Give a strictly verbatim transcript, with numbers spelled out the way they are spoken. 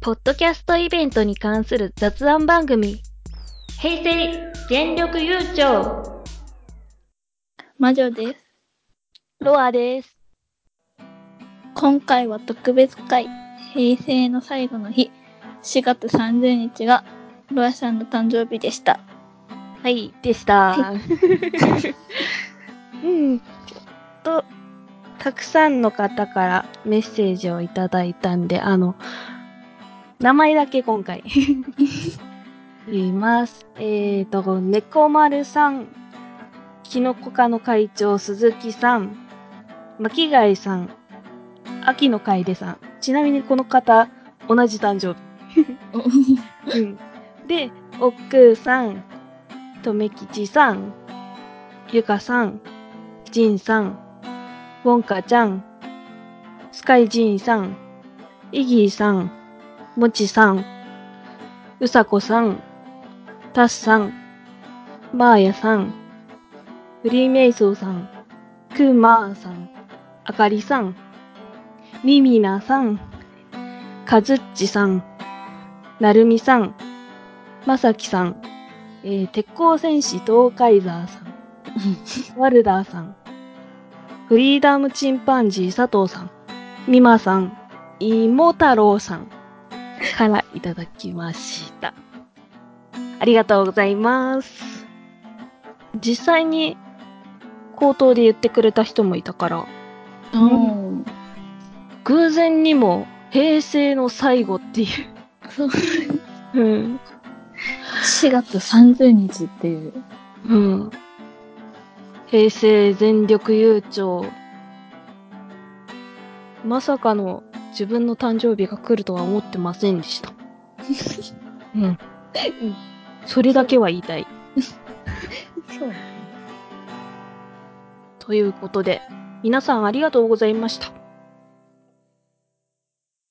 ポッドキャストイベントに関する雑談番組、平成全力優勝。 魔女です。 ロアです。 今回は特別会、平成の最後の日、しがつさんじゅうにちがロアさんの誕生日でした。 はい、でした。うん、と、たくさんの方からメッセージをいただいたんで、あの、名前だけ今回言います。えーと、猫丸さん、キノコ科の会長鈴木さん、巻貝さん、秋の楓さん。ちなみにこの方、同じ誕生日。うん、で、おっくーさん、とめきちさん、ゆかさん、じんさん、ウォンカちゃん、スカイジンさん、イギーさん、もちさん、うさこさん、タスさん、マーヤさん、フリーメイソーさん、クーマーさん、あかりさん、ミミナさん、かずっちさん、なるみさん、まさきさん、えー、鉄鋼戦士東海ザーさん、ワルダーさん、フリーダムチンパンジー佐藤さん、みまさん、いも太郎さんからいただきました。ありがとうございます。実際に口頭で言ってくれた人もいたから、うん、偶然にも平成の最後っていうそう、 うん、 しがつさんじゅうにちっていう、 うん、平成全力優勝。まさかの自分の誕生日が来るとは思ってませんでした。うん。それだけは言いたい。 そう。 ということで、皆さんありがとうございました。